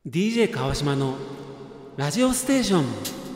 DJ 川島のラジオステーション。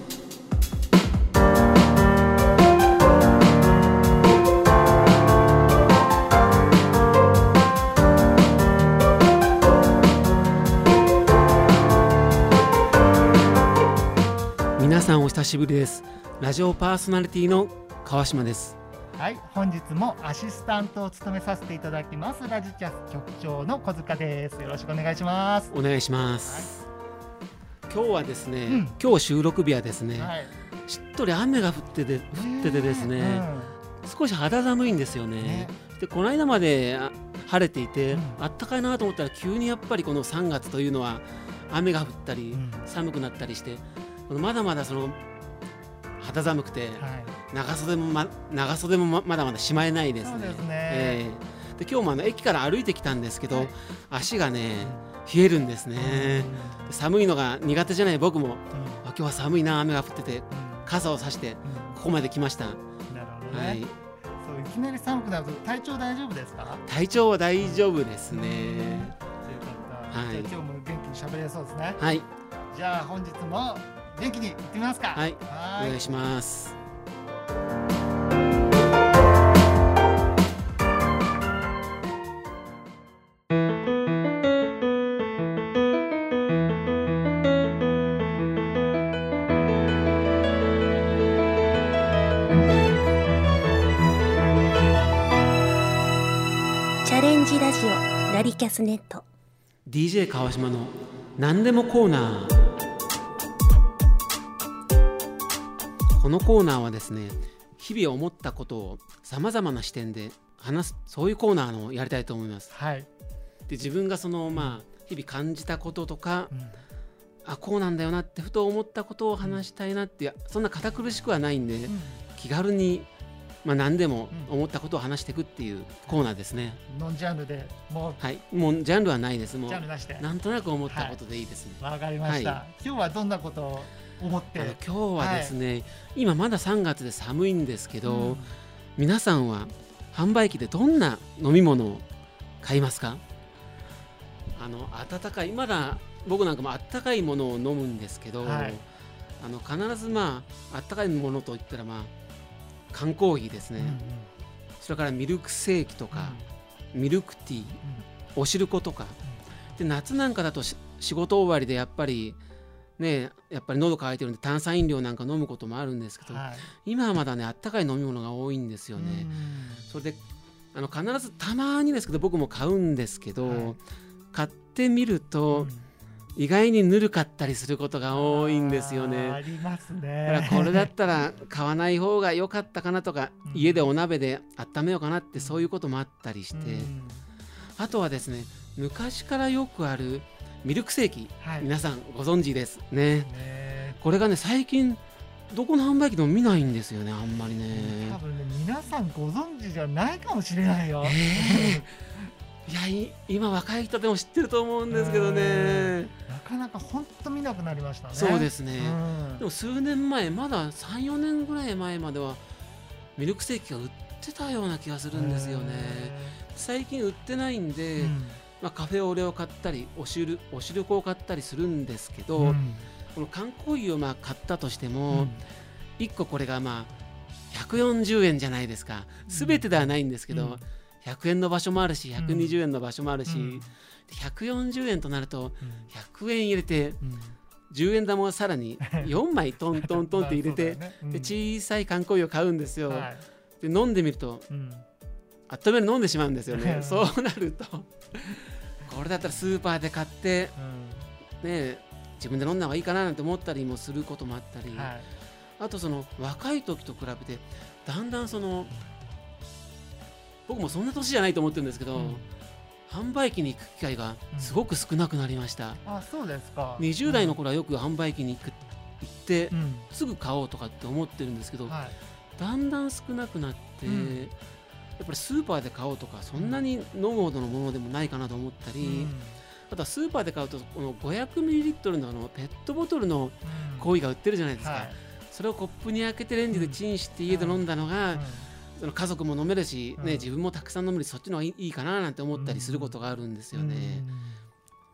皆さんお久しぶりです。ラジオパーソナリティの川島です。 はい、本日もアシスタントを務めさせていただきますラジキャス局長の小塚です。よろしくお願いします。 お願いします、はい、今日はですね、今日収録日はですね、しっとり雨が降っててですね、少し肌寒いんですよね。でこの間まで晴れていて、あったかいなと思ったら急にやっぱりこの3月というのは雨が降ったり、寒くなったりして、まだまだその肌寒くて、長袖もまだまだしまえないですね。 そうですね。 で今日も駅から歩いてきたんですけど、足がね冷えるんですね。寒いのが苦手じゃない僕も、今日は寒いな、雨が降ってて、傘を差してここまで来ました。 なるほどね。そういきなり寒くなると体調大丈夫ですか？ 体調は大丈夫ですね。 じゃあ今日も元気に喋れそうですね。 はい。 じゃあ本日も元気にいってみますか。 はい、お願いします。 チャレンジラジオラリキャスネット DJ 川島の何でもコーナー。このコーナーはですね、日々思ったことをさまざまな視点で話す、そういうコーナーをやりたいと思います。 はい。 で自分がその日々感じたこととか、こうなんだよなってふと思ったことを話したいなって、そんな堅苦しくはないんで、気軽に何でも思ったことを話していくっていうコーナーですね。 ノンジャンルでもう、 もうジャンルはないです。もうジャンルなしでなんとなく思ったことでいいですね。 わかりました。今日はどんなことを思って？ 今日はですね、今まだ3月で寒いんですけど、皆さんは販売機でどんな飲み物を買いますか？温かい、まだ僕なんかも温かいものを飲むんですけど、必ず温かいものといったら缶コーヒーですね。それからミルクセーキとか、ミルクティー、おしることか、で夏なんかだと仕事終わりでやっぱり喉乾いてるんで炭酸飲料なんか飲むこともあるんですけど、今はまだねあったかい飲み物が多いんですよね。それで必ずたまにですけど僕も買うんですけど、買ってみると、意外にぬるかったりすることが多いんですよね。 ありますね。 だからこれだったら買わない方が良かったかなとか、家でお鍋で温めようかなって、そういうこともあったりして、あとはですね、昔からよくあるミルクセーキ、皆さんご存知ですね。これがね最近どこの販売機でも見ないんですよね、あんまりね。 多分ね、皆さんご存知じゃないかもしれないよ。 いや今若い人でも知ってると思うんですけどね、 なかなか本当見なくなりましたね。 そうですね、でも数年前、まだ 3,4 年ぐらい前まではミルクセーキが売ってたような気がするんですよね。最近売ってないんで、カフェオレを買ったりおしるこを買ったりするんですけど、この缶コーヒーを買ったとしても、1個これが140円じゃないですか。全てではないんですけど、100円の場所もあるし120円の場所もあるし、140円となると100円入れて、10円玉をさらに4枚トントントンって入れて、で小さい缶コーヒーを買うんですよ。で飲んでみると、あっという間に飲んでしまうんですよね。そうなるとこれだったらスーパーで買って、自分で飲んだ方がいいかななんて思ったりもすることもあったり、あとその若い時と比べてだんだん僕もそんな年じゃないと思ってるんですけど、販売機に行く機会がすごく少なくなりました。 そうですか。 20代の頃はよく販売機に行ってすぐ買おうとかって思ってるんですけど、だんだん少なくなって、やっぱりスーパーで買おうとか、そんなに飲むほどのものでもないかなと思ったり、あとはスーパーで買うとこの 500ml のペットボトルのコーヒーが売ってるじゃないですか。それをコップに開けてレンジでチンして家で飲んだのが、その家族も飲めるし、自分もたくさん飲めるし、そっちの方がいいかななんて思ったりすることがあるんですよね。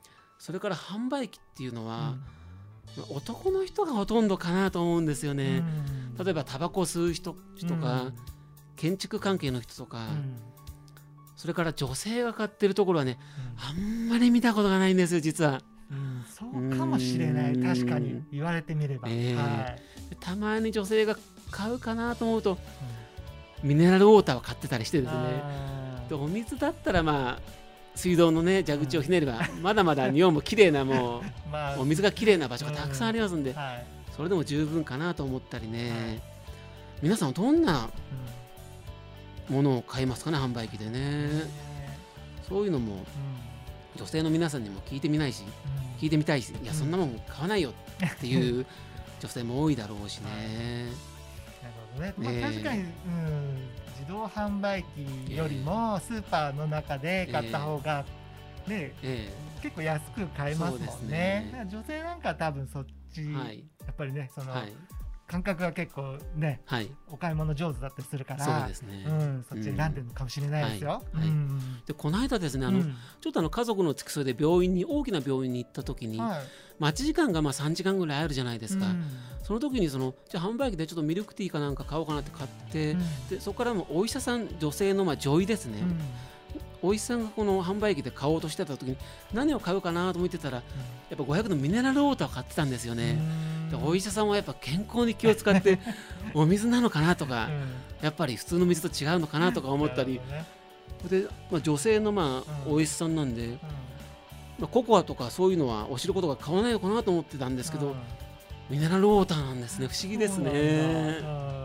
それから販売機っていうのは、男の人がほとんどかなと思うんですよね。例えばタバコ吸う人とか、建築関係の人とか、それから女性が買ってるところはね、あんまり見たことがないんですよ実は。 そうかもしれない。確かに言われてみれば、 たまに女性が買うかなと思うと、ミネラルウォーターを買ってたりしてですね。でお水だったらまあ水道のね蛇口をひねればまだまだ日本も綺麗なもうお水が綺麗な場所がたくさんありますんで、それでも十分かなと思ったりね。皆さんどんなものを買いますかね、販売機でね。そういうのも女性の皆さんにも聞いてみたいし、いやそんなもん買わないよっていう女性も多いだろうしね。 なるほどね。確かに、自動販売機よりもスーパーの中で買った方が、ね結構安く買えますもんね。だから女性なんかは多分そっち、やっぱりねその、感覚が結構ね、お買い物上手だったりするから、そっち選んでるのかもしれないですよ。 でこの間ですね、ちょっと家族の付き添いで大きな病院に行った時に、待ち時間が3時間ぐらいあるじゃないですか。その時にじゃあ販売機でちょっとミルクティーかなんか買おうかなって買って、でそこからもお医者さん、女性の女医ですね、お医者さんがこの販売機で買おうとしてた時に何を買うかなと思ってたら、やっぱ500のミネラルウォーターを買ってたんですよね。でお医者さんはやっぱ健康に気を使ってお水なのかなとか、やっぱり普通の水と違うのかなとか思ったりで、女性のお医者さんなんで、ココアとかそういうのはお汁粉とか買わないのかなと思ってたんですけど、ミネラルウォーターなんですね。不思議ですね。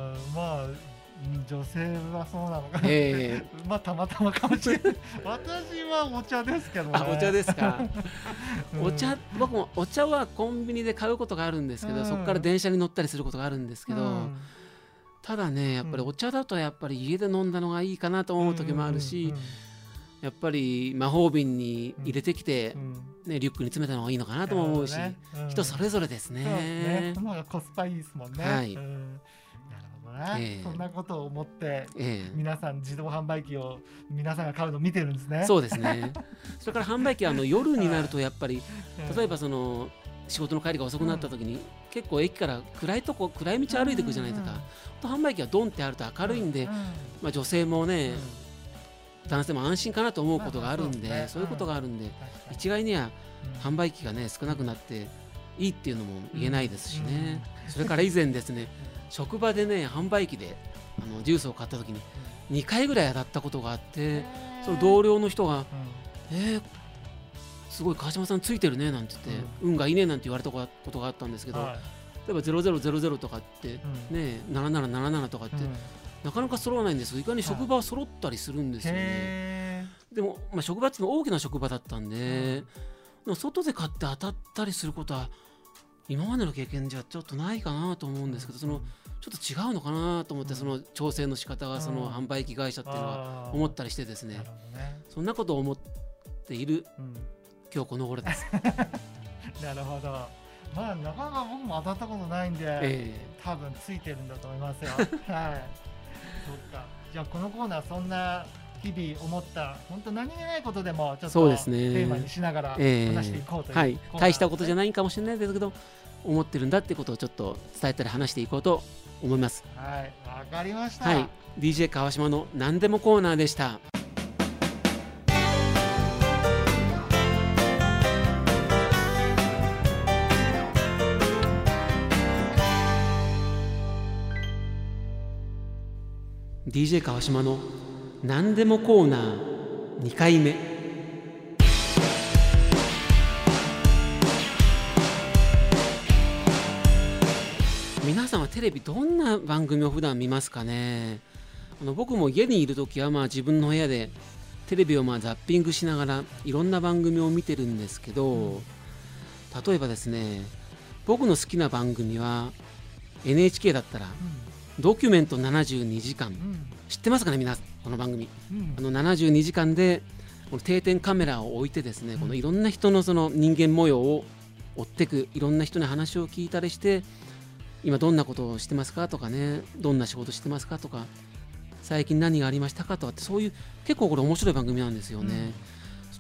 女性はそうなのかな、たまたまかもしれない。私はお茶ですけどね。 お茶ですか。僕もお茶はコンビニで買うことがあるんですけど、そこから電車に乗ったりすることがあるんですけど、ただねやっぱりお茶だとやっぱり家で飲んだのがいいかなと思う時もあるし、やっぱり魔法瓶に入れてきて、リュックに詰めたのがいいのかなとも思うし、人それぞれですね。 その方がコスパいいですもんね。そんなことを思って、皆さん自動販売機を皆さんが買うのを見てるんですね。 そうですね。それから販売機は夜になるとやっぱり、例えば仕事の帰りが遅くなった時に、結構駅から暗い道歩いていくじゃないですか。販売機はドンってあると明るいんで、女性もね、男性も安心かなと思うことがあるんで、そういうことがあるんで、一概には販売機がね少なくなっていいっていうのも言えないですしね。それから以前ですね、職場でね販売機でジュースを買った時に2回ぐらい当たったことがあって、その同僚の人がすごい川島さんついてるねなんて言って、運がいいねなんて言われたことがあったんですけど、例えば0000とかってね、7777とかってなかなか揃わないんですけど、いかに職場は揃ったりするんですよね。でも職場っていうのは大きな職場だったんで、でも外で買って当たったりすることは今までの経験じゃちょっとないかなと思うんですけど、ちょっと違うのかなと思って、その調整の仕方が販売機会社っていうのは思ったりしてですね、そんなことを思っている今日この頃です。 なるほど。なかなか僕も当たったことないんで、多分ついてるんだと思いますよ。そうか。じゃあこのコーナー、そんな日々思った本当何気ないことでもちょっとテーマにしながら話していこうという、 大したことじゃないかもしれないですけど、思ってるんだってことをちょっと伝えたり話していこうと思います。 わかりました。 DJ 川島の何でもコーナーでした。DJ 川島の何でもコーナー2回目。皆さんはテレビどんな番組を普段見ますかね。僕も家にいるときは自分の部屋でテレビをザッピングしながらいろんな番組を見てるんですけど、例えばですね、僕の好きな番組は NHK だったら、ドキュメント72時間、知ってますかね皆さん、この番組。72時間でこの定点カメラを置いてですね、このいろんな人のその人間模様を追っていく、いろんな人に話を聞いたりして、今どんなことをしてますかとかね、どんな仕事してますかとか、最近何がありましたかとかって、そういう結構これ面白い番組なんですよね。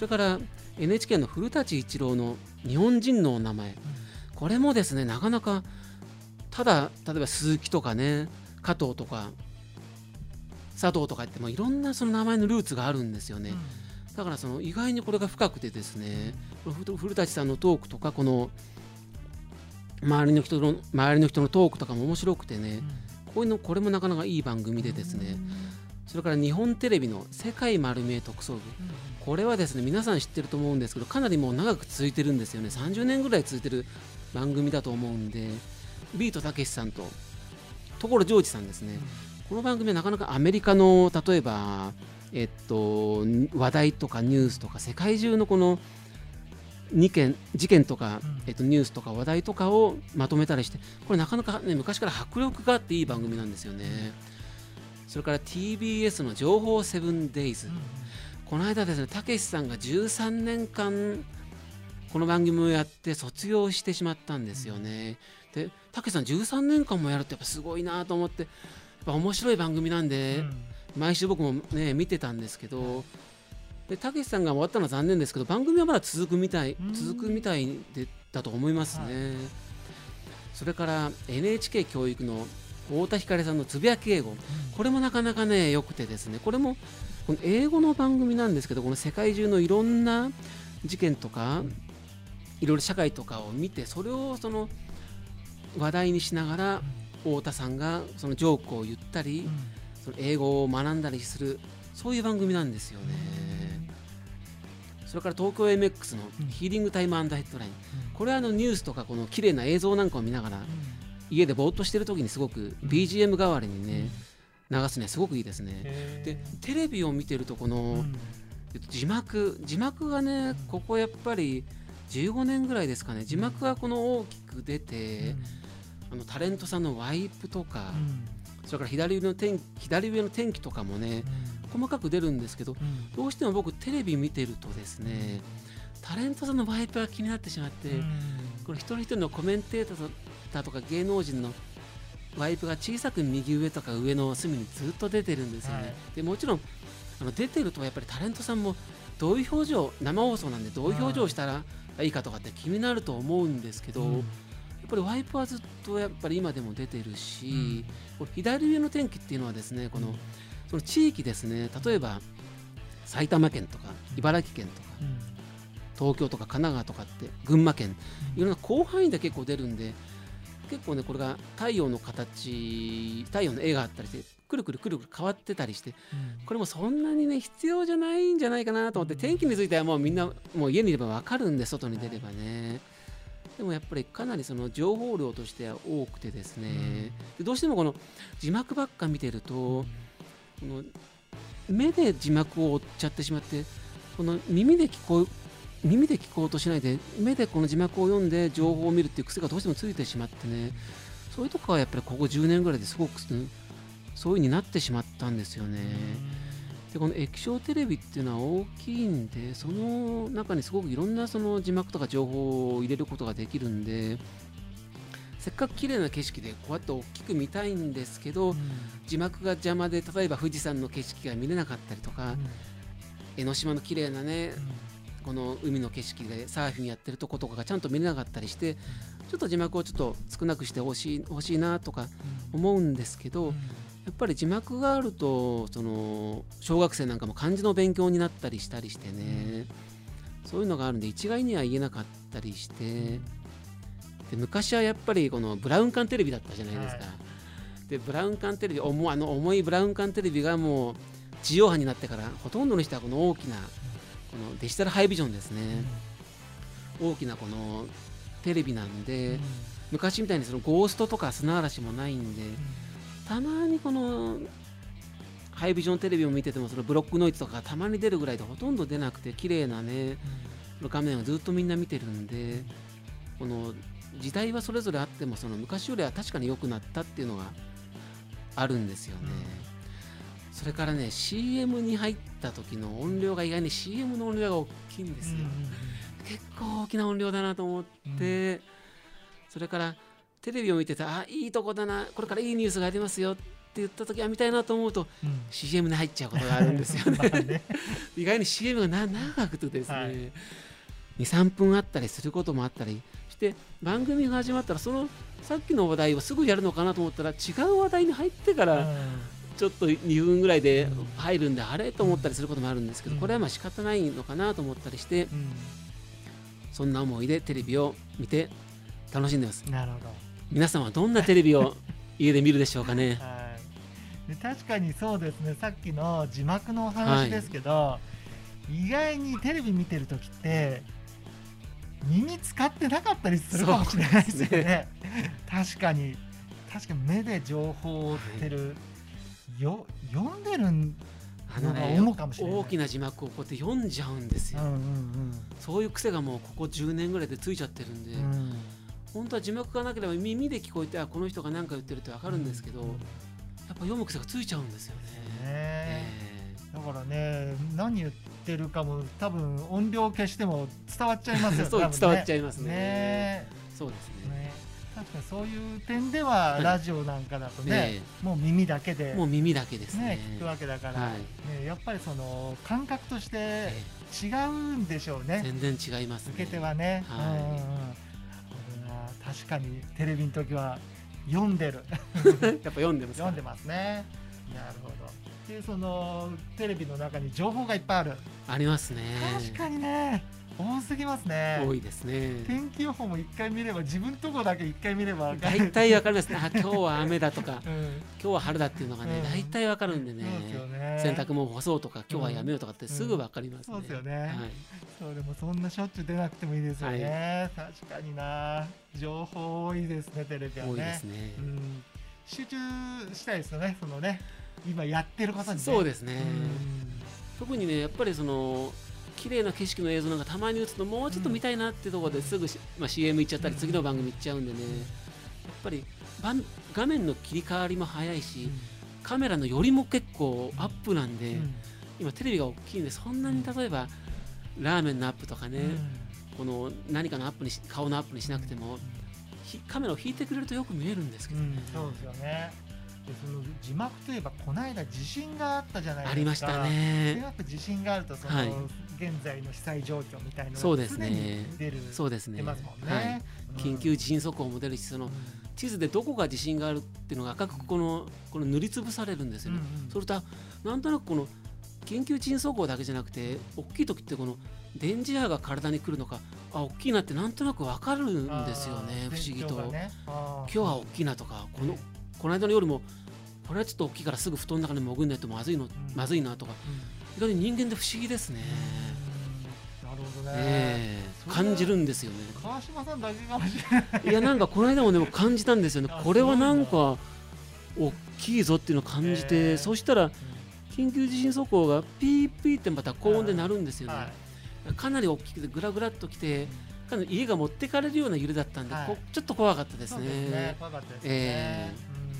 それから NHK の古舘一郎の日本人のお名前、これもですねなかなかただ例えば鈴木とかね加藤とか佐藤とか言ってもいろんなその名前のルーツがあるんですよね。だからその意外にこれが深くてですね、古舘さんのトークとかこの周りの人のトークとかも面白くてね、これもなかなかいい番組でですね、それから日本テレビの世界丸見え特捜部、これはですね皆さん知ってると思うんですけど、かなりもう長く続いてるんですよね。30年ぐらい続いてる番組だと思うんで、ビートたけしさんと所ジョージさんですね、この番組はなかなかアメリカの例えば話題とかニュースとか世界中のこの事件とか、ニュースとか話題とかをまとめたりして、これなかなか、ね、昔から迫力があっていい番組なんですよね。それから TBS の情報セブンデイズ、この間ですねたけしさんが13年間この番組をやって卒業してしまったんですよね。でたけしさん13年間もやるってやっぱすごいなと思って、やっぱ面白い番組なんで、毎週僕もね見てたんですけど、でたけしさんが終わったのは残念ですけど、番組はまだ続くみたいだと思いますね。それから NHK 教育の太田光さんのつぶやき英語、これもなかなかね良くてですね、これもこの英語の番組なんですけど、この世界中のいろんな事件とかいろいろ社会とかを見て、それをその話題にしながら太田さんがそのジョークを言ったり、その英語を学んだりする、そういう番組なんですよね。それから東京 MX のヒーリングタイムアンダーヘッドライン、これはニュースとかこの綺麗な映像なんかを見ながら家でぼーっとしてる時にすごく BGM 代わりにね流すねすごくいいですね。でテレビを見てるとこの字幕がね、ここやっぱり15年ぐらいですかね、字幕がこの大きく出て、タレントさんのワイプとか、それから左上の天気とかもね細かく出るんですけど、どうしても僕テレビ見てるとですねタレントさんのワイプが気になってしまって、これ一人一人のコメンテーターとか芸能人のワイプが小さく右上とか上の隅にずっと出てるんですよね。でもちろん出てるとやっぱりタレントさんもどういう表情、生放送なんでどういう表情をしたらいいかとかって気になると思うんですけど、やっぱりワイプはずっとやっぱり今でも出てるし、これ左上の天気っていうのはですね、その地域ですね、例えば埼玉県とか茨城県とか、東京とか神奈川とかって群馬県、いろんな広範囲で結構出るんで、結構ねこれが太陽の絵があったりしてくるくる変わってたりして、これもそんなにね必要じゃないんじゃないかなと思って、天気についてはもうみんなもう家にいれば分かるんで、外に出ればね。でもやっぱりかなりその情報量としては多くてですね、でどうしてもこの字幕ばっか見てると、この目で字幕を追っちゃってしまって、この耳で聞こうとしないで目でこの字幕を読んで情報を見るっていう癖がどうしてもついてしまってね、そういうとこはやっぱりここ10年ぐらいですごくそういう風になってしまったんですよね。でこの液晶テレビっていうのは大きいんで、その中にすごくいろんなその字幕とか情報を入れることができるんで、せっかく綺麗な景色でこうやって大きく見たいんですけど、字幕が邪魔で例えば富士山の景色が見れなかったりとか、江ノ島の綺麗なね、この海の景色でサーフィンやってるとことかがちゃんと見れなかったりして、ちょっと字幕をちょっと少なくしてほしいなとか思うんですけど、やっぱり字幕があるとその小学生なんかも漢字の勉強になったりしたりしてね、そういうのがあるんで一概には言えなかったりして、で昔はやっぱりこのブラウン管テレビだったじゃないですか。でブラウン管テレビ、重いブラウン管テレビがもう地上波になってから、ほとんどの人はこの大きなこのデジタルハイビジョンですね、大きなこのテレビなんで、昔みたいにそのゴーストとか砂嵐もないんで、たまにこのハイビジョンテレビを見ててもそのブロックノイズとかがたまに出るぐらいでほとんど出なくて、綺麗なね画面をずっとみんな見てるんで、この時代はそれぞれあってもその昔よりは確かに良くなったっていうのがあるんですよね。それからね CM に入った時の音量が意外に CM の音量が大きいんですよ。結構大きな音量だなと思って、それからテレビを見てて、いいとこだな、これからいいニュースがありますよっ言った時は見たいなと思うと、CM に入っちゃうことがあるんですよね意外に CM が長くてですね、2、3分あったりすることもあったりして番組が始まったらそのさっきの話題をすぐやるのかなと思ったら違う話題に入ってからちょっと2分ぐらいで入るんであれと思ったりすることもあるんですけど、これはまあ仕方ないのかなと思ったりして、そんな思いでテレビを見て楽しんでます。 なるほど。 皆さんはどんなテレビを家で見るでしょうかねで確かにそうですね、さっきの字幕のお話ですけど、意外にテレビ見てるときって耳使ってなかったりするかもしれないですよね。確かに目で情報を追ってる、読んでるのが思うかもしれない。 大きな字幕をこうやって読んじゃうんですよ、そういう癖がもうここ10年ぐらいでついちゃってるんで、本当は字幕がなければ耳で聞こえてこの人が何か言ってるって分かるんですけど、やっぱ読む癖がついちゃうんですよね。 だからね、何言ってるかも多分音量消しても伝わっちゃいますよね。 そう、伝わっちゃいますね。 そうですね。確かにそういう点ではラジオなんかだとね、もう耳だけでですね、聞くわけだから、やっぱりその感覚として違うんでしょうね。 全然違いますね。 受け手はね。確かにテレビの時は読んでるやっぱ読んでます。 読んでますね。なるほど。でそのテレビの中に情報がいっぱいありますね。 確かにね、多すぎますね。 多いですね。 天気予報も1回見れば、自分のとこだけ1回見れば大体わかりますね。今日は雨だとか、今日は春だっていうのがね、大体わかるんでね。洗濯物干そうとか、今日はやめようとかってすぐわかりますね。 そうですよね。そうでもそんなしょっちゅう出なくてもいいですよね。確かにな、情報多いですね、テレビはね。 多いですね。 集中したいですよね、そのね、今やってることにね。 そうですね。特にね、やっぱりその綺麗な景色の映像なんかたまに映すともうちょっと見たいなってところですぐCM 行っちゃったり次の番組行っちゃうんでね、やっぱり画面の切り替わりも早いし、カメラの寄りも結構アップなんで、今テレビが大きいんでそんなに例えばラーメンのアップとかね、この何かのアップに顔のアップにしなくてもカメラを引いてくれるとよく見えるんですけどね。 そうですよね。でその字幕といえばこの間地震があったじゃないですか。 ありましたね。 やっぱ地震があるとその、現在の被災状況みたいなのが常に出ますもんね。 緊急地震速報も出るし、その地図でどこが地震があるっていうのが赤くこの塗りつぶされるんですよね。それとなんとなくこの緊急地震速報だけじゃなくて、大きい時ってこの電磁波が体に来るのか、大きいなってなんとなく分かるんですよね。不思議と、今日は大きいなとか、この間の夜もこれはちょっと大きいからすぐ布団の中に潜んないとまずいなとか、意外に人間で不思議ですね。 なるほどね。 感じるんですよね。 川島さんだけかもしれない。 いや、なんかこの間もね感じたんですよね。これはなんか大きいぞっていうのを感じて、そしたら緊急地震速報がピーピーってまた高音で鳴るんですよね。かなり大きくてグラグラっときて、かなり家が持ってかれるような揺れだったんで、ちょっと怖かったですね。 怖かったですね。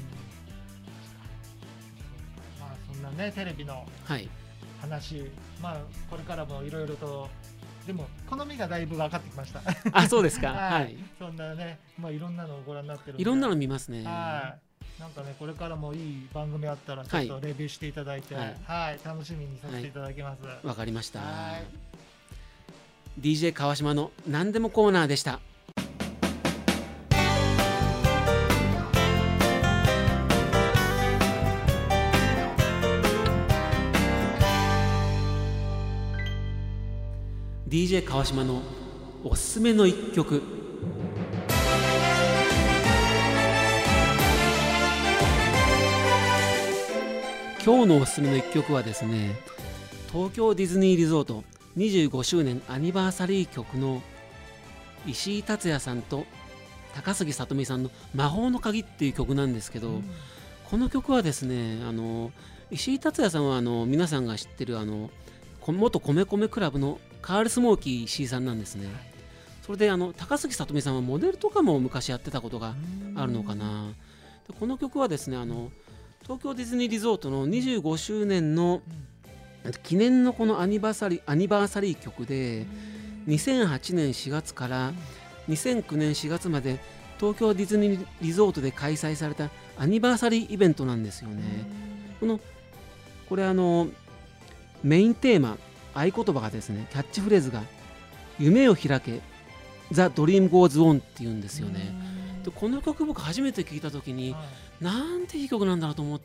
そんなね、テレビの話、これからもいろいろと、でも好みがだいぶ分かってきました。 そうですか。 そんなね、いろんなのをご覧になってるんで、 いろんなの見ますね。 なんかね、これからもいい番組あったらちょっとレビューしていただいて、楽しみにさせていただきます。 わかりました。DJ 川島の何でもコーナーでした。DJ 川島のおすすめの一曲。今日のおすすめの一曲はですね、東京ディズニーリゾート25周年アニバーサリー曲の石井達也さんと高杉さとみさんの魔法の鍵っていう曲なんですけど、この曲はですね、石井達也さんは皆さんが知ってる元米米クラブのカールスモーキー石井さんなんですね。それで高杉さとみさんはモデルとかも昔やってたことがあるのかな。でこの曲はですね、東京ディズニーリゾートの25周年の記念のこのアニバーサリー曲で、2008年4月から2009年4月まで東京ディズニーリゾートで開催されたアニバーサリーイベントなんですよね。これメインテーマ、合言葉がですね、キャッチフレーズが夢を開け The Dream Goes On っていうんですよね。でこの曲僕初めて聴いた時に、なんていい曲なんだろうと思って、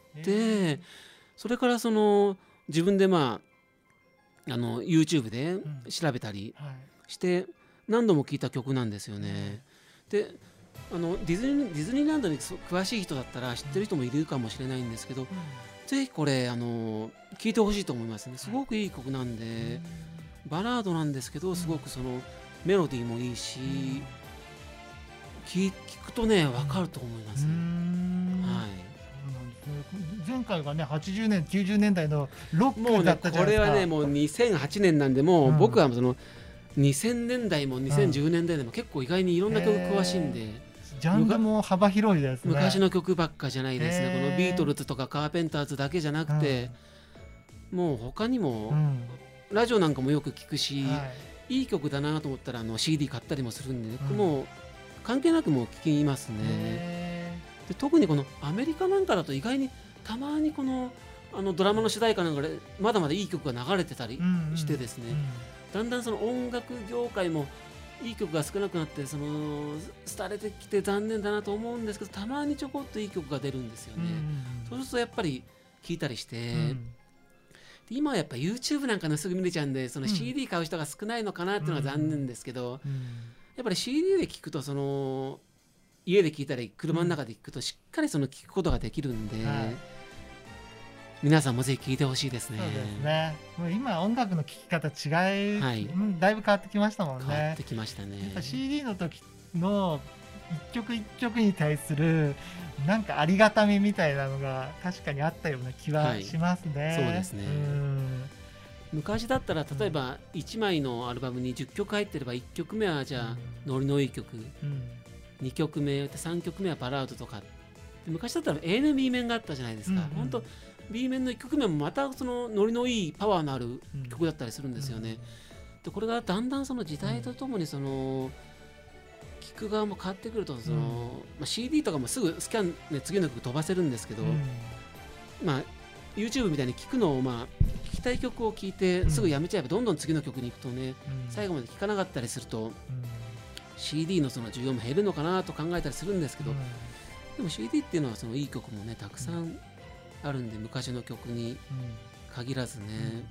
それから自分でYouTube で調べたりして何度も聴いた曲なんですよね。でディズニーランドに詳しい人だったら知ってる人もいるかもしれないんですけど、ぜひこれ聴いてほしいと思いますね。すごくいい曲なんで、バラードなんですけど、すごくメロディーもいいし、聞くとね分かると思います。 前回がね80年90年代のロックだったじゃないですか。 これはねもう2008年なんで、もう僕は2000年代も2010年代でも結構意外にいろんな曲詳しいんで、 ジャンルも幅広いですね。 昔の曲ばっかじゃないですね。このビートルズとかカーペンターズだけじゃなくて、もう他にも、ラジオなんかもよく聞くし、いい曲だなと思ったらCD 買ったりもするんで、ね、もう関係なくもう聞きますね。で特にこのアメリカなんかだと意外にたまにドラマの主題歌なんかでまだまだいい曲が流れてたりしてですね、だんだん音楽業界もいい曲が少なくなって廃れてきて残念だなと思うんですけど、たまにちょこっといい曲が出るんですよね。そうするとやっぱり聴いたりして、で今はやっぱ YouTube なんかのすぐ見れちゃうんでCD 買う人が少ないのかなっていうのが残念ですけど、やっぱり CD で聴くと家で聴いたり車の中で聴くとしっかり聴くことができるんで、皆さんもぜひ聴いてほしいですね。 そうですね。もう今音楽の聴き方違い、だいぶ変わってきましたもんね。 変わってきましたね。 やっぱ CD の時の一曲一曲に対するなんかありがたみみたいなのが確かにあったような気はしますね。 そうですね。昔だったら例えば1枚のアルバムに10曲入ってれば1曲目はじゃあノリのいい曲、2曲目3曲目はバラードとか、昔だったら A 面 B 面があったじゃないですか。本当 B 面の1曲目もまたノリのいいパワーのある曲だったりするんですよね。でこれがだんだん時代とともに聴く側も変わってくるとCD とかもすぐスキャンで次の曲飛ばせるんですけど、YouTube みたいに聴くのを聴きたい曲を聴いてすぐやめちゃえばどんどん次の曲に行くとね、最後まで聴かなかったりすると CD の需要も減るのかなと考えたりするんですけど、でも CD っていうのはいい曲もねたくさんあるんで、昔の曲に限らずね。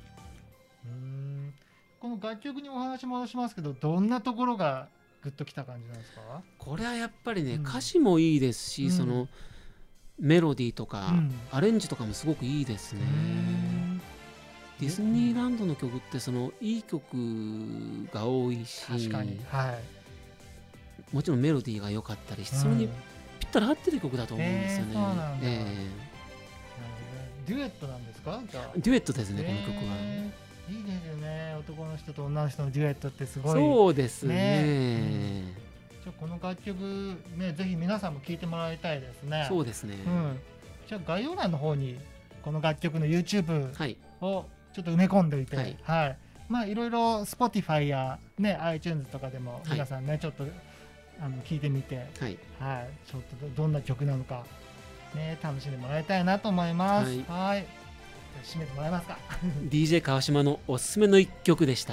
この楽曲にお話戻しますけど、どんなところがグッときた感じなんですか？ これはやっぱりね、歌詞もいいですし、メロディーとか、アレンジとかもすごくいいですね。ディズニーランドの曲っていい曲が多いし、 確かに、 もちろんメロディーが良かったりして、それにぴったり合ってる曲だと思うんですよね。 そうなんだ。デュエットなんですか？ デュエットですね、この曲は。 いいですよね。男の人と女の人のデュエットってすごい。 そうですね。 じゃあこの楽曲ね、ぜひ皆さんも聴いてもらいたいですね。 そうですね。 じゃあ概要欄の方にこの楽曲の YouTube をちょっと埋め込んでおいて、いろいろ Spotify やね iTunes とかでも皆さんね、ちょっと聞いてみて、ちょっとどんな曲なのかね楽しんでもらいたいなと思います。はい。締めてもらえますか。 DJ 川島のおすすめの一曲でした。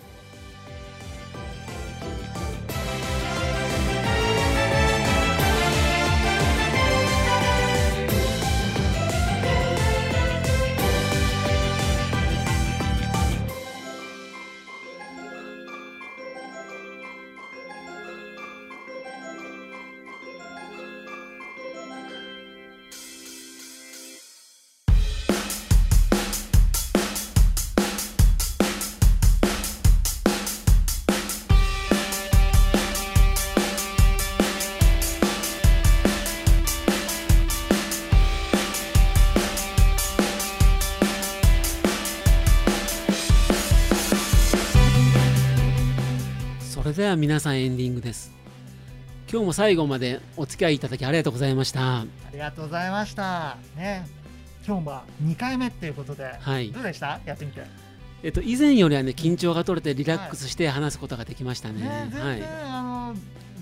それでは皆さんエンディングです。今日も最後までお付き合いいただきありがとうございました。 ありがとうございましたね。今日は2回目っていうことで、どうでした？やってみて。 以前よりはね緊張が取れてリラックスして話すことができましたね。 全然、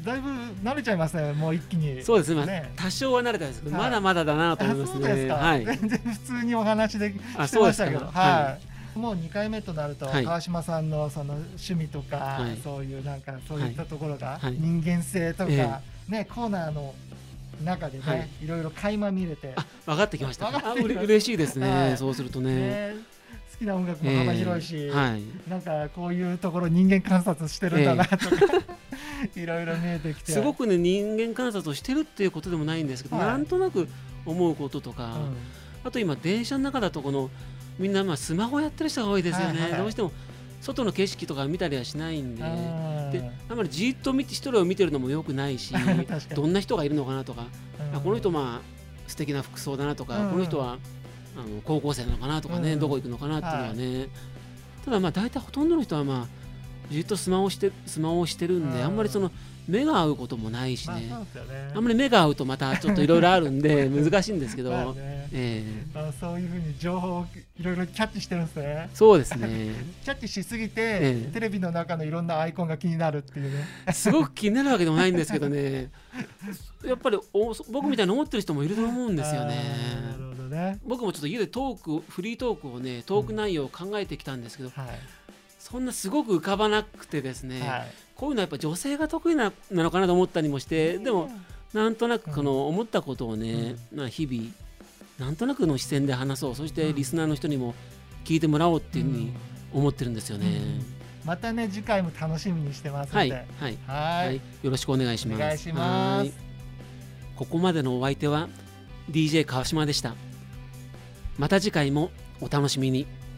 だいぶ慣れちゃいますね、もう一気に。 そうですね、多少は慣れたんですけど、まだまだだなと思いますね。 そうですか、はい、全然普通にお話でしてましたけど、もう2回目となると、川島さんのその趣味とか、そういうなんかそういったところが、人間性とか、ね、コーナーの中でね、いろいろ垣間見れて分かってきました。嬉しいですね、そうするとね。 好きな音楽も幅広いし、なんかこういうところ人間観察してるんだなとか、いろいろ見えてきて、 すごくね人間観察をしてるっていうことでもないんですけど、なんとなく思うこととか、あと今電車の中だとみんなスマホやってる人が多いですよね。どうしても外の景色とか見たりはしないんで、あんまりじっと一人を見てるのもよくないしどんな人がいるのかなとか、この人素敵な服装だなとか、この人は高校生なのかなとかね、どこ行くのかなっていうのはね、ただ大体ほとんどの人はじっとスマホをしてるんで、あんまり目が合うこともないしね、あんまり目が合うとまたちょっといろいろあるんで難しいんですけど、 そういうふうに情報をいろいろキャッチしてるんですね。 そうですねキャッチしすぎて、テレビの中のいろんなアイコンが気になるっていうねすごく気になるわけでもないんですけどねやっぱり僕みたいに思ってる人もいると思うんですよね。僕もちょっと家でフリートークをね、トーク内容を考えてきたんですけど、そんなすごく浮かばなくてですね、こういうのはやっぱ女性が得意なのかなと思ったりもして、でもなんとなく思ったことをね、日々なんとなくの視線で話そう、そしてリスナーの人にも聞いてもらおうっていうふうに思ってるんですよね。 またね、次回も楽しみにしてますので、 よろしくお願いします。 お願いします。 ここまでのお相手は DJ 川島でした。また次回もお楽しみに。